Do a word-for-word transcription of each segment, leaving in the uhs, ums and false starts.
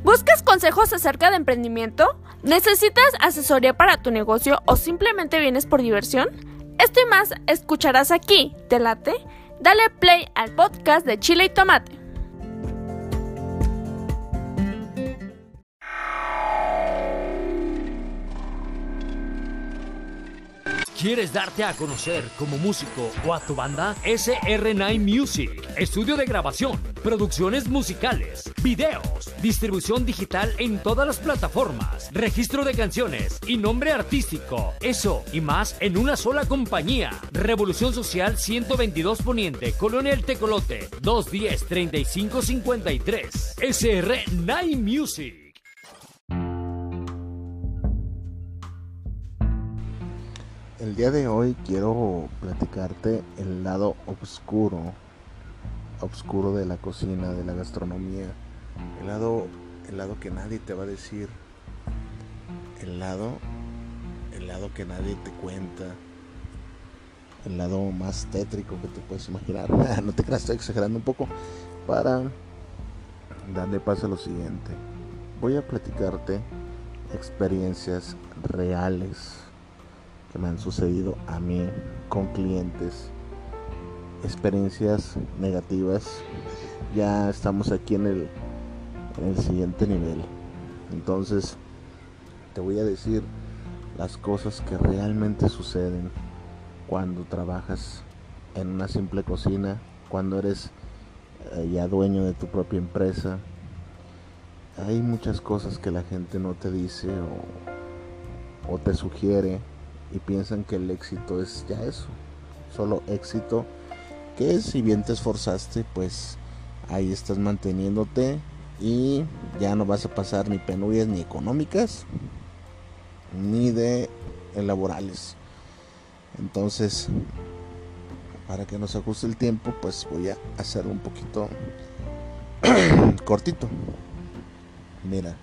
¿Buscas consejos acerca de emprendimiento? ¿Necesitas asesoría para tu negocio o simplemente vienes por diversión? Esto y más escucharás aquí, ¿te late? Dale play al podcast de Chile y Tomate. ¿Quieres darte a conocer como músico o a tu banda? S R nueve Music, estudio de grabación, producciones musicales, videos, distribución digital en todas las plataformas, registro de canciones y nombre artístico. Eso y más en una sola compañía. Revolución Social ciento veintidós Poniente, Colonia El Tecolote, dos diez, treinta y cinco cincuenta y tres. S R nueve Music. El día de hoy quiero platicarte el lado oscuro, oscuro de la cocina, de la gastronomía, el lado, el lado que nadie te va a decir, el lado, el lado que nadie te cuenta, el lado más tétrico que te puedes imaginar. No te creas, estoy exagerando un poco para darle paso a lo siguiente. Voy a platicarte experiencias reales que me han sucedido a mí con clientes, experiencias negativas. Ya estamos aquí en el, en el siguiente nivel. Entonces te voy a decir las cosas que realmente suceden cuando trabajas en una simple cocina, cuando eres eh, ya dueño de tu propia empresa. Hay muchas cosas que la gente no te dice o, o te sugiere, y piensan que el éxito es ya eso, solo éxito, que si bien te esforzaste, pues ahí estás manteniéndote y ya no vas a pasar ni penurias ni económicas ni de laborales. Entonces, para que nos ajuste el tiempo, pues voy a hacerlo un poquito cortito. Mira,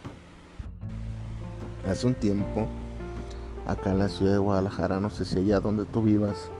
hace un tiempo, acá en la ciudad de Guadalajara, no sé si allá donde tú vivas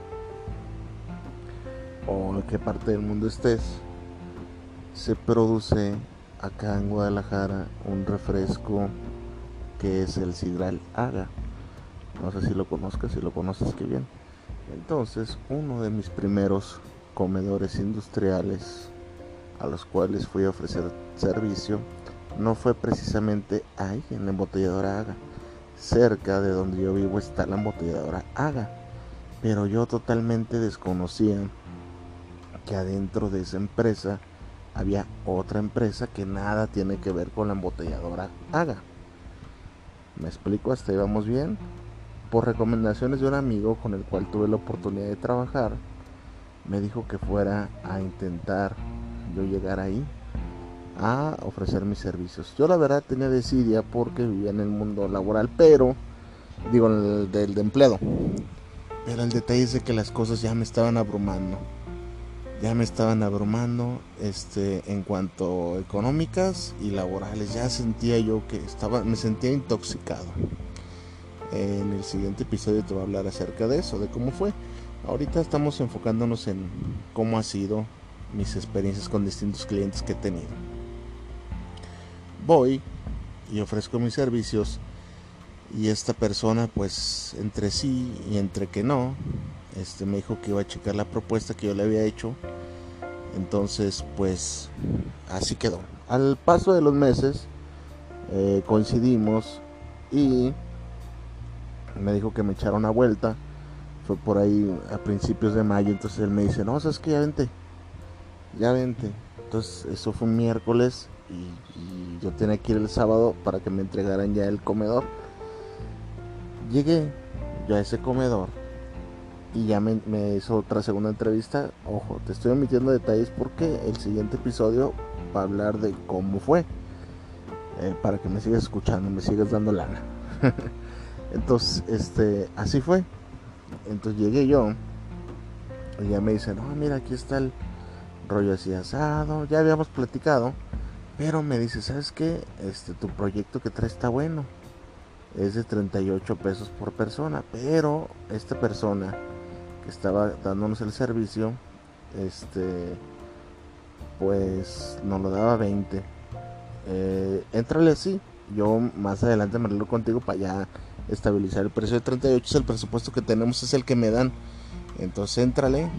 o en qué parte del mundo estés, se produce acá en Guadalajara un refresco que es el Sidral Aga. No sé si lo conozcas, si lo conoces, qué bien. Entonces, uno de mis primeros comedores industriales a los cuales fui a ofrecer servicio no fue precisamente ahí en la embotelladora Aga. Cerca de donde yo vivo está la embotelladora Aga, pero yo totalmente desconocía que adentro de esa empresa había otra empresa que nada tiene que ver con la embotelladora Aga. ¿Me explico? Hasta ahí vamos bien. Por recomendaciones de un amigo con el cual tuve la oportunidad de trabajar, me dijo que fuera a intentar yo llegar ahí a ofrecer mis servicios. Yo la verdad tenía desidia porque vivía en el mundo laboral, pero digo, el del de empleo. Pero el detalle es de que las cosas ya me estaban abrumando. Ya me estaban abrumando este, en cuanto a económicas y laborales. Ya sentía yo que estaba, me sentía intoxicado. En el siguiente episodio te voy a hablar acerca de eso, de cómo fue. Ahorita estamos enfocándonos en cómo ha sido mis experiencias con distintos clientes que he tenido. Voy y ofrezco mis servicios y esta persona, pues entre sí y entre que no, este me dijo que iba a checar la propuesta que yo le había hecho. Entonces pues así quedó. Al paso de los meses eh, coincidimos y me dijo que me echara una vuelta. Fue por ahí a principios de mayo. Entonces él me dice, no, sabes que ya vente, ya vente. Entonces eso fue un miércoles y, y yo tenía que ir el sábado para que me entregaran ya el comedor. Llegué yo a ese comedor y ya me, me hizo otra segunda entrevista. Ojo, te estoy omitiendo detalles porque el siguiente episodio va a hablar de cómo fue, eh, para que me sigas escuchando, me sigas dando lana. Entonces, este, así fue. Entonces llegué yo y ya me dice, no, mira, aquí está el rollo así asado. Ya habíamos platicado, pero me dice, ¿sabes qué? Este, tu proyecto que traes está bueno. Es de treinta y ocho pesos por persona, pero esta persona que estaba dándonos el servicio, este, pues nos lo daba veinte. eh, éntrale así. Yo más adelante me arreglo contigo para ya estabilizar el precio de treinta y ocho. Es el presupuesto que tenemos, es el que me dan. Entonces éntrale.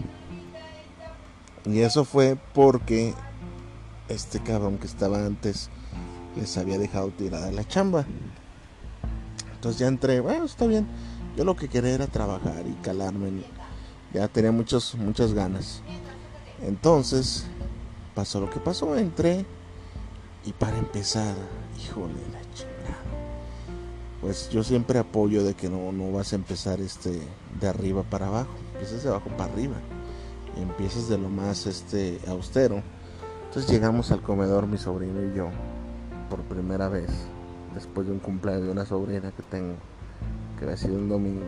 Y eso fue porque este cabrón que estaba antes les había dejado tirada la chamba. Entonces ya entré, bueno, está bien. Yo lo que quería era trabajar y calarme. Ya tenía muchos, muchas ganas. Entonces pasó lo que pasó, entré. Y para empezar, híjole la chingada, pues yo siempre apoyo de que no, no vas a empezar este de arriba para abajo. Empiezas de abajo para arriba. Empiezas de lo más este austero. Entonces llegamos al comedor, mi sobrino y yo, por primera vez, después de un cumpleaños de una sobrina que tengo, que había sido un domingo.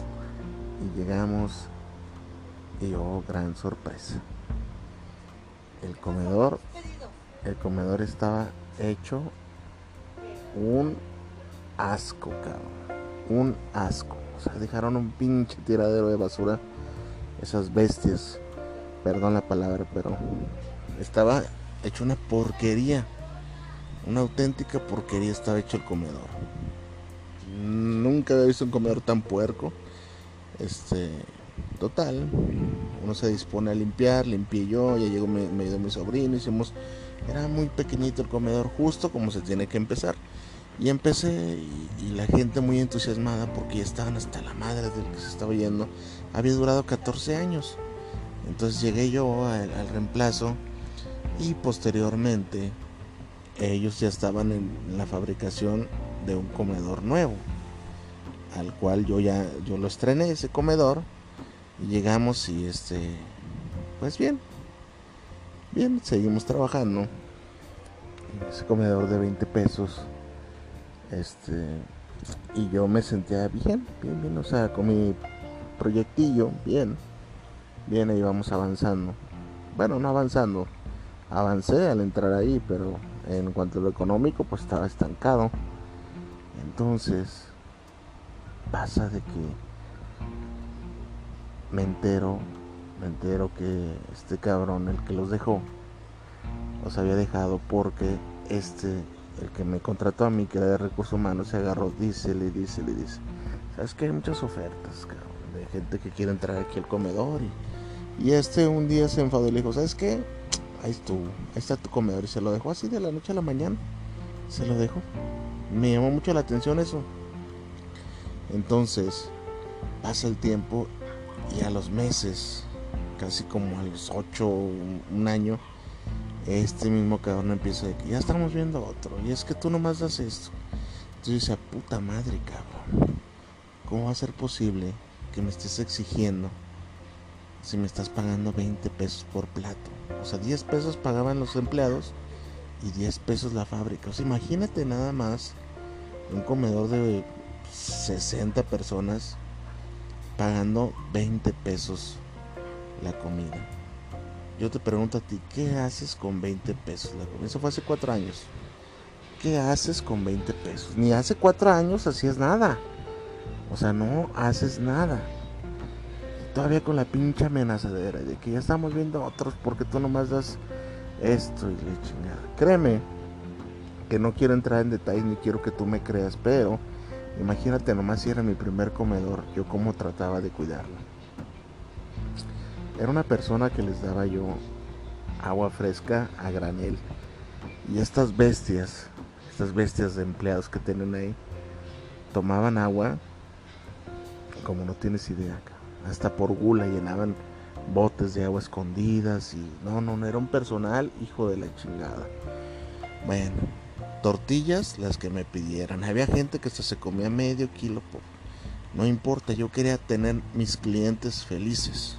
Y llegamos y oh, gran sorpresa. El comedor, el comedor estaba hecho un asco, cabrón. Un asco. O sea, dejaron un pinche tiradero de basura. Esas bestias. Perdón la palabra, pero estaba hecho una porquería. Una auténtica porquería estaba hecho el comedor. Nunca había visto un comedor tan puerco. Este, total, uno se dispone a limpiar, limpié yo, ya llegó, me, me ayudó mi sobrino, hicimos, era muy pequeñito el comedor, justo como se tiene que empezar. Y empecé y, y la gente muy entusiasmada porque ya estaban hasta la madre del que se estaba yendo. Había durado catorce años. Entonces llegué yo al, al reemplazo y posteriormente ellos ya estaban en la fabricación de un comedor nuevo, al cual yo ya yo lo estrené, ese comedor, y llegamos y este pues bien bien seguimos trabajando en ese comedor de veinte pesos, este y yo me sentía bien bien bien o sea, con mi proyectillo bien bien, ahí vamos avanzando. Bueno, no avanzando, avancé al entrar ahí, pero en cuanto a lo económico pues estaba estancado. Entonces pasa de que me entero, me entero que este cabrón, el que los dejó, los había dejado porque este, el que me contrató a mí, que era de recursos humanos, se agarró, dice, le dice, le dice, sabes que hay muchas ofertas, cabrón, de gente que quiere entrar aquí al comedor, y, y este un día se enfadó y le dijo, ¿sabes qué? Ahí está, ahí está tu comedor, y se lo dejó así de la noche a la mañana, se lo dejó. Me llamó mucho la atención eso. Entonces pasa el tiempo y a los meses, casi como a los ocho, un año, este mismo cabrón empieza de que ya estamos viendo otro, y es que tú nomás das esto. Entonces yo decía, puta madre, cabrón, ¿cómo va a ser posible que me estés exigiendo si me estás pagando veinte pesos por plato? O sea, diez pesos pagaban los empleados y diez pesos la fábrica. O sea, imagínate nada más un comedor de sesenta personas pagando veinte pesos la comida. Yo te pregunto a ti, ¿qué haces con veinte pesos la comida? Eso fue hace cuatro años. ¿Qué haces con veinte pesos? Ni hace cuatro años hacías nada. O sea, no haces nada. Todavía con la pinche amenazadera de que ya estamos viendo otros porque tú nomás das esto y le chingada. Créeme que no quiero entrar en detalles ni quiero que tú me creas, pero imagínate nomás si era mi primer comedor, yo cómo trataba de cuidarlo. Era una persona que les daba yo agua fresca a granel. Y estas bestias, estas bestias de empleados que tienen ahí, tomaban agua como no tienes idea, hasta por gula llenaban botes de agua escondidas y no, no, no, era un personal hijo de la chingada. Bueno, tortillas las que me pidieran. Había gente que hasta se comía medio kilo por... No importa, yo quería tener mis clientes felices.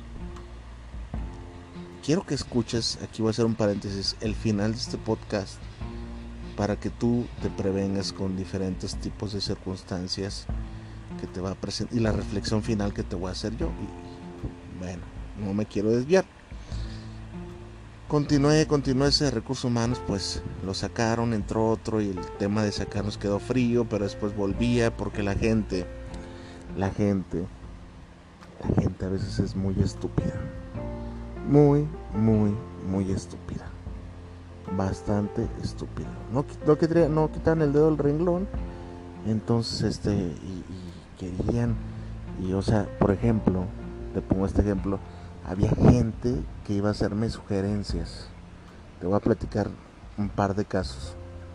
Quiero que escuches, aquí voy a hacer un paréntesis, el final de este podcast para que tú te prevengas con diferentes tipos de circunstancias que te va a presentar y la reflexión final que te voy a hacer yo. Y bueno, no me quiero desviar. Continué, continué ese de recursos humanos, pues lo sacaron, entró otro y el tema de sacarnos quedó frío, pero después volvía porque la gente, la gente, la gente a veces es muy estúpida. Muy, muy, muy estúpida. bastante estúpido. No, no, quitarían, no quitan el dedo del renglón. Entonces, este, y, y querían, y o sea, por ejemplo, te pongo este ejemplo, había gente que iba a hacerme sugerencias. Te voy a platicar un par de casos.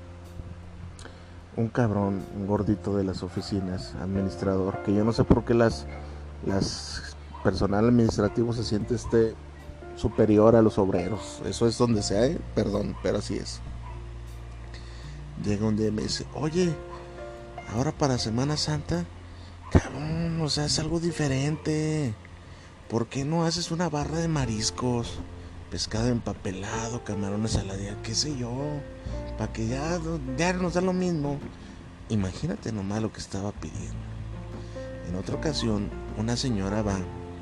Un cabrón, un gordito de las oficinas, administrador, que yo no sé por qué las, las personal administrativo se siente este superior a los obreros. Eso es donde sea, ¿eh? Perdón, pero así es. Llega un día y me dice, oye, ahora para Semana Santa, cabrón, o sea, es algo diferente. ¿Por qué no haces una barra de mariscos? Pescado empapelado, camarones a la día, qué sé yo, para que ya, ya nos da lo mismo. Imagínate nomás lo que estaba pidiendo. En otra ocasión, una señora va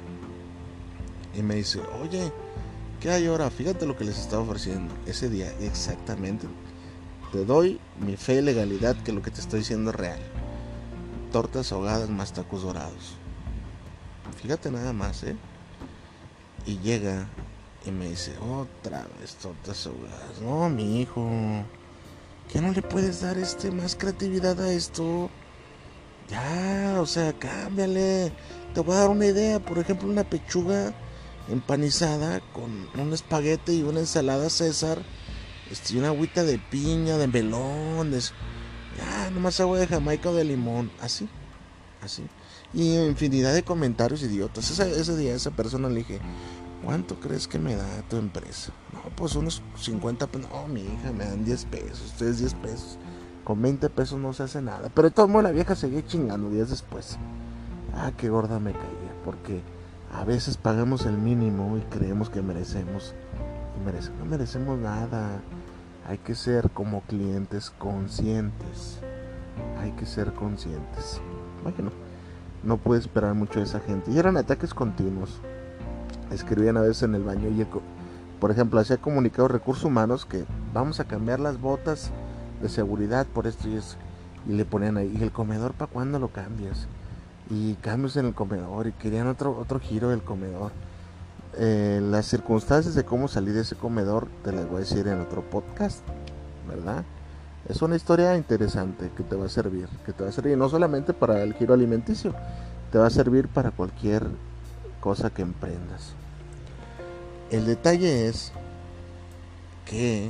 y me dice, oye, ¿qué hay ahora? Fíjate lo que les estaba ofreciendo ese día, exactamente. Te doy mi fe y legalidad que lo que te estoy diciendo es real. Tortas ahogadas más tacos dorados. Fíjate nada más, ¿eh? Y llega y me dice, otra vez tortas ahogadas. No, mi hijo, ¿qué no le puedes dar este más creatividad a esto? Ya, o sea, cámbiale. Te voy a dar una idea, por ejemplo, una pechuga empanizada con un espagueti y una ensalada César, este, y una agüita de piña, de melón, de... ya, nomás agua de Jamaica o de limón, así, así. Y infinidad de comentarios idiotas. Ese, ese día esa persona le dije, ¿cuánto crees que me da tu empresa? No, pues unos cincuenta pesos. No, mi hija, me dan diez pesos. Ustedes diez pesos. Con veinte pesos no se hace nada. Pero de todo modo la vieja seguía chingando días después. Ah, qué gorda me caía. Porque a veces pagamos el mínimo y creemos que merecemos. Y merece, no merecemos nada. Hay que ser como clientes conscientes. Hay que ser conscientes. Bueno, no puede esperar mucho de esa gente. Y eran ataques continuos. Escribían a veces en el baño. Y, por ejemplo, hacía comunicados recursos humanos que vamos a cambiar las botas de seguridad por esto y eso. Y le ponían ahí, ¿y el comedor para cuándo lo cambias? Y cambios en el comedor. Y querían otro, otro giro del comedor. Eh, las circunstancias de cómo salí de ese comedor te las voy a decir en otro podcast, ¿verdad? Es una historia interesante que te va a servir, que te va a servir no solamente para el giro alimenticio, te va a servir para cualquier cosa que emprendas. El detalle es que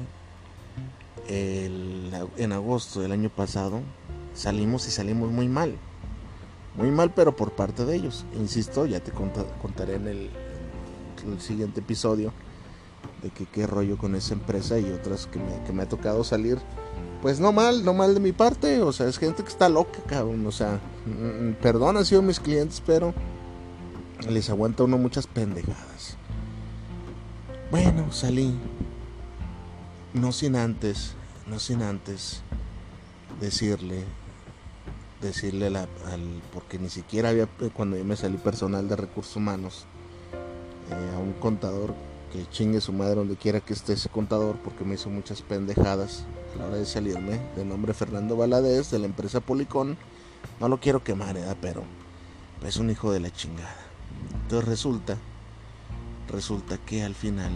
el, en agosto del año pasado salimos y salimos muy mal, muy mal, pero por parte de ellos. Insisto, ya te cont- contaré en el, en el siguiente episodio de que qué rollo con esa empresa y otras que me, que me ha tocado salir. Pues no mal, no mal de mi parte, o sea, es gente que está loca, cabrón, o sea, mm, perdón, han sido mis clientes, pero les aguanta uno muchas pendejadas. Bueno, salí, no sin antes, no sin antes decirle, decirle la, al, porque ni siquiera había, cuando yo me salí personal de recursos humanos, eh, a un contador, que chingue su madre donde quiera que esté ese contador, porque me hizo muchas pendejadas a la hora de salirme, de nombre Fernando Valadez, de la empresa Policón. No lo quiero quemar, ¿eh? Pero es un hijo de la chingada. Entonces resulta, resulta que al final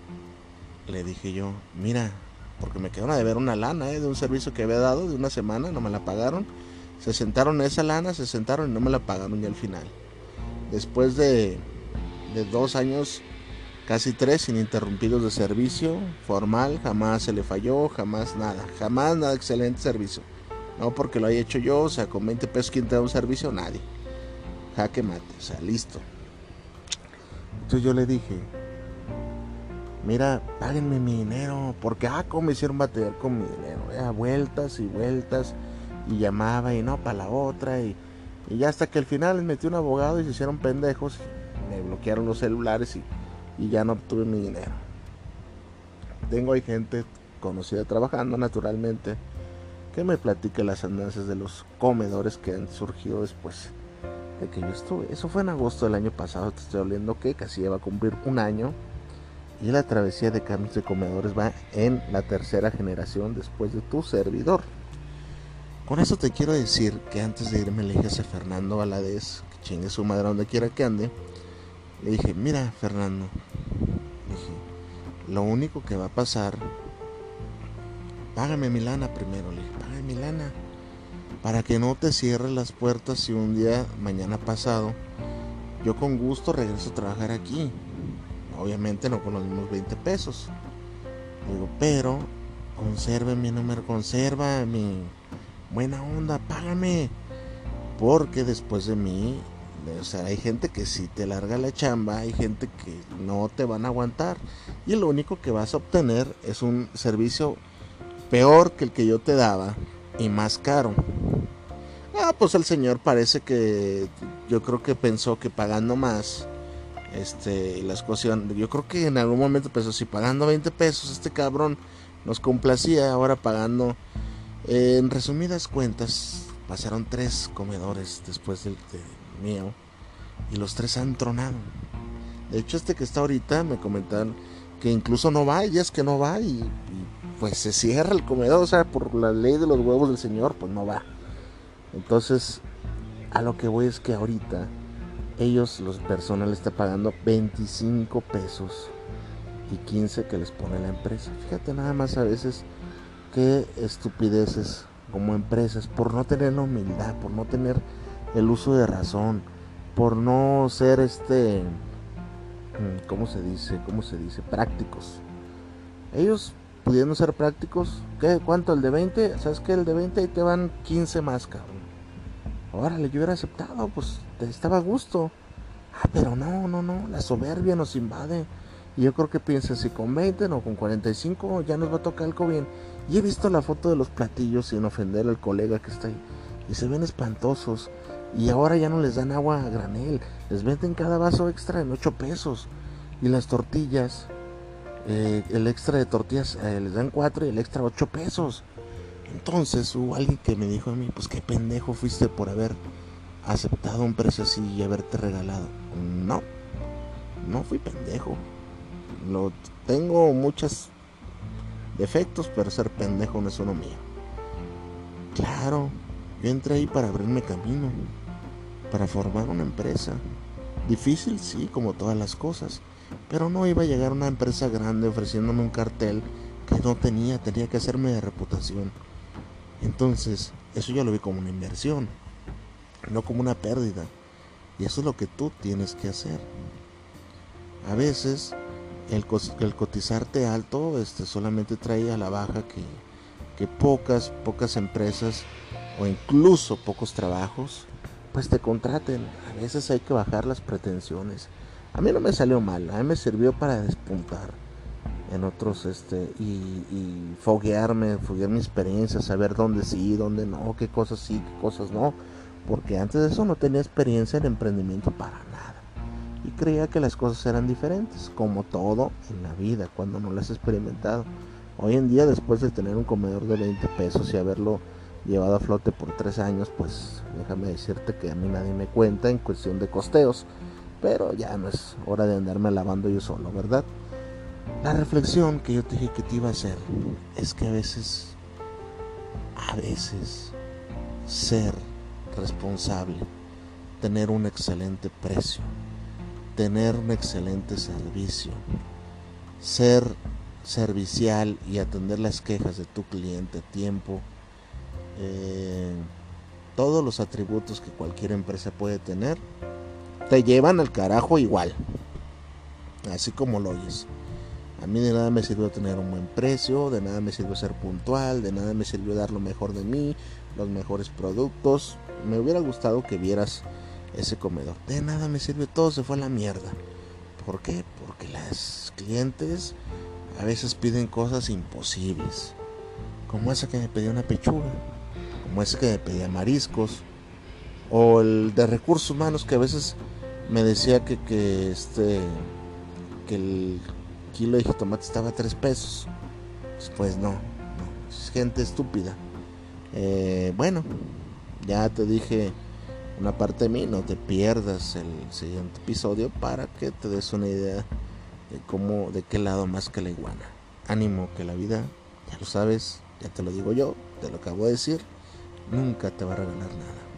le dije yo, mira, porque me quedaron a deber una lana, ¿eh? De un servicio que había dado de una semana, no me la pagaron. Se sentaron en esa lana, se sentaron y no me la pagaron ya al final. Después de, de dos años, casi tres ininterrumpidos de servicio formal, jamás se le falló, jamás nada, jamás nada, excelente servicio. No porque lo haya hecho yo, o sea, con veinte pesos, ¿quién te da un servicio? Nadie. Jaque mate, o sea, listo. Entonces yo le dije, mira, páguenme mi dinero, porque ah, cómo me hicieron batallar con mi dinero, ya, vueltas y vueltas, y llamaba y no, para la otra, y, y ya hasta que al final les metí un abogado y se hicieron pendejos, me bloquearon los celulares y y ya no obtuve mi dinero. Tengo ahí gente conocida trabajando naturalmente que me platique las andanzas de los comedores que han surgido después de que yo estuve. Eso fue en agosto del año pasado, te estoy hablando que casi ya va a cumplir un año y la travesía de cambios de comedores va en la tercera generación después de tu servidor. Con eso te quiero decir que antes de irme le dije a Fernando Valadez, que chingue su madre donde quiera que ande. Le dije, mira, Fernando, dije, lo único que va a pasar págame mi lana primero. Le dije, págame mi lana, para que no te cierres las puertas si un día, mañana pasado, yo con gusto regreso a trabajar aquí. Obviamente no con los mismos veinte pesos. Digo, pero conserve mi número, conserva mi buena onda, págame. Porque después de mí, o sea, hay gente que sí te larga la chamba, hay gente que no te van a aguantar. Y lo único que vas a obtener es un servicio peor que el que yo te daba y más caro. Ah, pues el señor parece que, yo creo que pensó que pagando más, este, las cosas, yo creo que en algún momento pensó, si pagando veinte pesos este cabrón nos complacía, ahora pagando, eh, en resumidas cuentas, pasaron tres comedores después del de mío y los tres han tronado. De hecho, este que está ahorita me comentaron que incluso no va, y es que no va, y, y pues se cierra el comedor, o sea, por la ley de los huevos del señor, pues no va. Entonces, a lo que voy es que ahorita ellos, los personal, está pagando veinticinco pesos y quince que les pone la empresa. Fíjate nada más a veces qué estupideces como empresas, por no tener la humildad, por no tener el uso de razón, por no ser este, ¿cómo se dice? ¿Cómo se dice? prácticos. Ellos pudiendo ser prácticos, ¿qué? ¿Cuánto? ¿El de veinte? ¿Sabes qué? El de veinte ahí te van quince más, cabrón. Órale, yo hubiera aceptado, pues te estaba a gusto. Ah, pero no, no, no, la soberbia nos invade. Y yo creo que piensan, si con veinte o con cuarenta y cinco ya nos va a tocar algo bien. Y he visto la foto de los platillos, sin ofender al colega que está ahí, y se ven espantosos. Y ahora ya no les dan agua a granel, les venden cada vaso extra en ocho pesos. Y las tortillas, eh, el extra de tortillas eh, les dan cuatro y el extra ocho pesos. Entonces hubo alguien que me dijo a mí, pues qué pendejo fuiste por haber aceptado un precio así y haberte regalado. No, no fui pendejo. Lo, tengo muchos defectos, pero ser pendejo no es uno mío. Claro, yo entré ahí para abrirme camino, para formar una empresa. Difícil, sí, como todas las cosas, pero no iba a llegar una empresa grande ofreciéndome un cartel que no tenía, tenía que hacerme de reputación. Entonces, eso yo lo vi como una inversión, no como una pérdida. Y eso es lo que tú tienes que hacer. A veces, el, el cotizarte alto este, solamente trae a la baja que, que pocas, pocas empresas o incluso pocos trabajos pues te contraten. A veces hay que bajar las pretensiones. A mí no me salió mal, a mí me sirvió para despuntar en otros este y, y foguearme, foguear mi experiencia, saber dónde sí, dónde no, qué cosas sí, qué cosas no, porque antes de eso no tenía experiencia en emprendimiento para nada y creía que las cosas eran diferentes, como todo en la vida cuando no lo has experimentado. Hoy en día, después de tener un comedor de veinte pesos y haberlo llevado a flote por tres años, pues déjame decirte que a mí nadie me cuenta en cuestión de costeos, pero ya no es hora de andarme lavando yo solo, ¿verdad? La reflexión que yo te dije que te iba a hacer es que a veces, a veces, ser responsable, tener un excelente precio, tener un excelente servicio, ser servicial y atender las quejas de tu cliente a tiempo, eh, todos los atributos que cualquier empresa puede tener, te llevan al carajo igual, así como lo oyes. A mí de nada me sirvió tener un buen precio, de nada me sirvió ser puntual, de nada me sirvió dar lo mejor de mí, los mejores productos. Me hubiera gustado que vieras ese comedor. De nada me sirvió, todo se fue a la mierda. ¿Por qué? Porque las clientes a veces piden cosas imposibles, como esa que me pedía una pechuga, como ese que me pedía mariscos, o el de recursos humanos que a veces me decía que, que este que el kilo de jitomate estaba a tres pesos. Pues no, no, es gente estúpida. Eh, bueno, ya te dije una parte de mí, no te pierdas el siguiente episodio para que te des una idea de cómo, de qué lado más que la iguana. Ánimo, que la vida, ya lo sabes, ya te lo digo yo, te lo acabo de decir, nunca te va a regalar nada.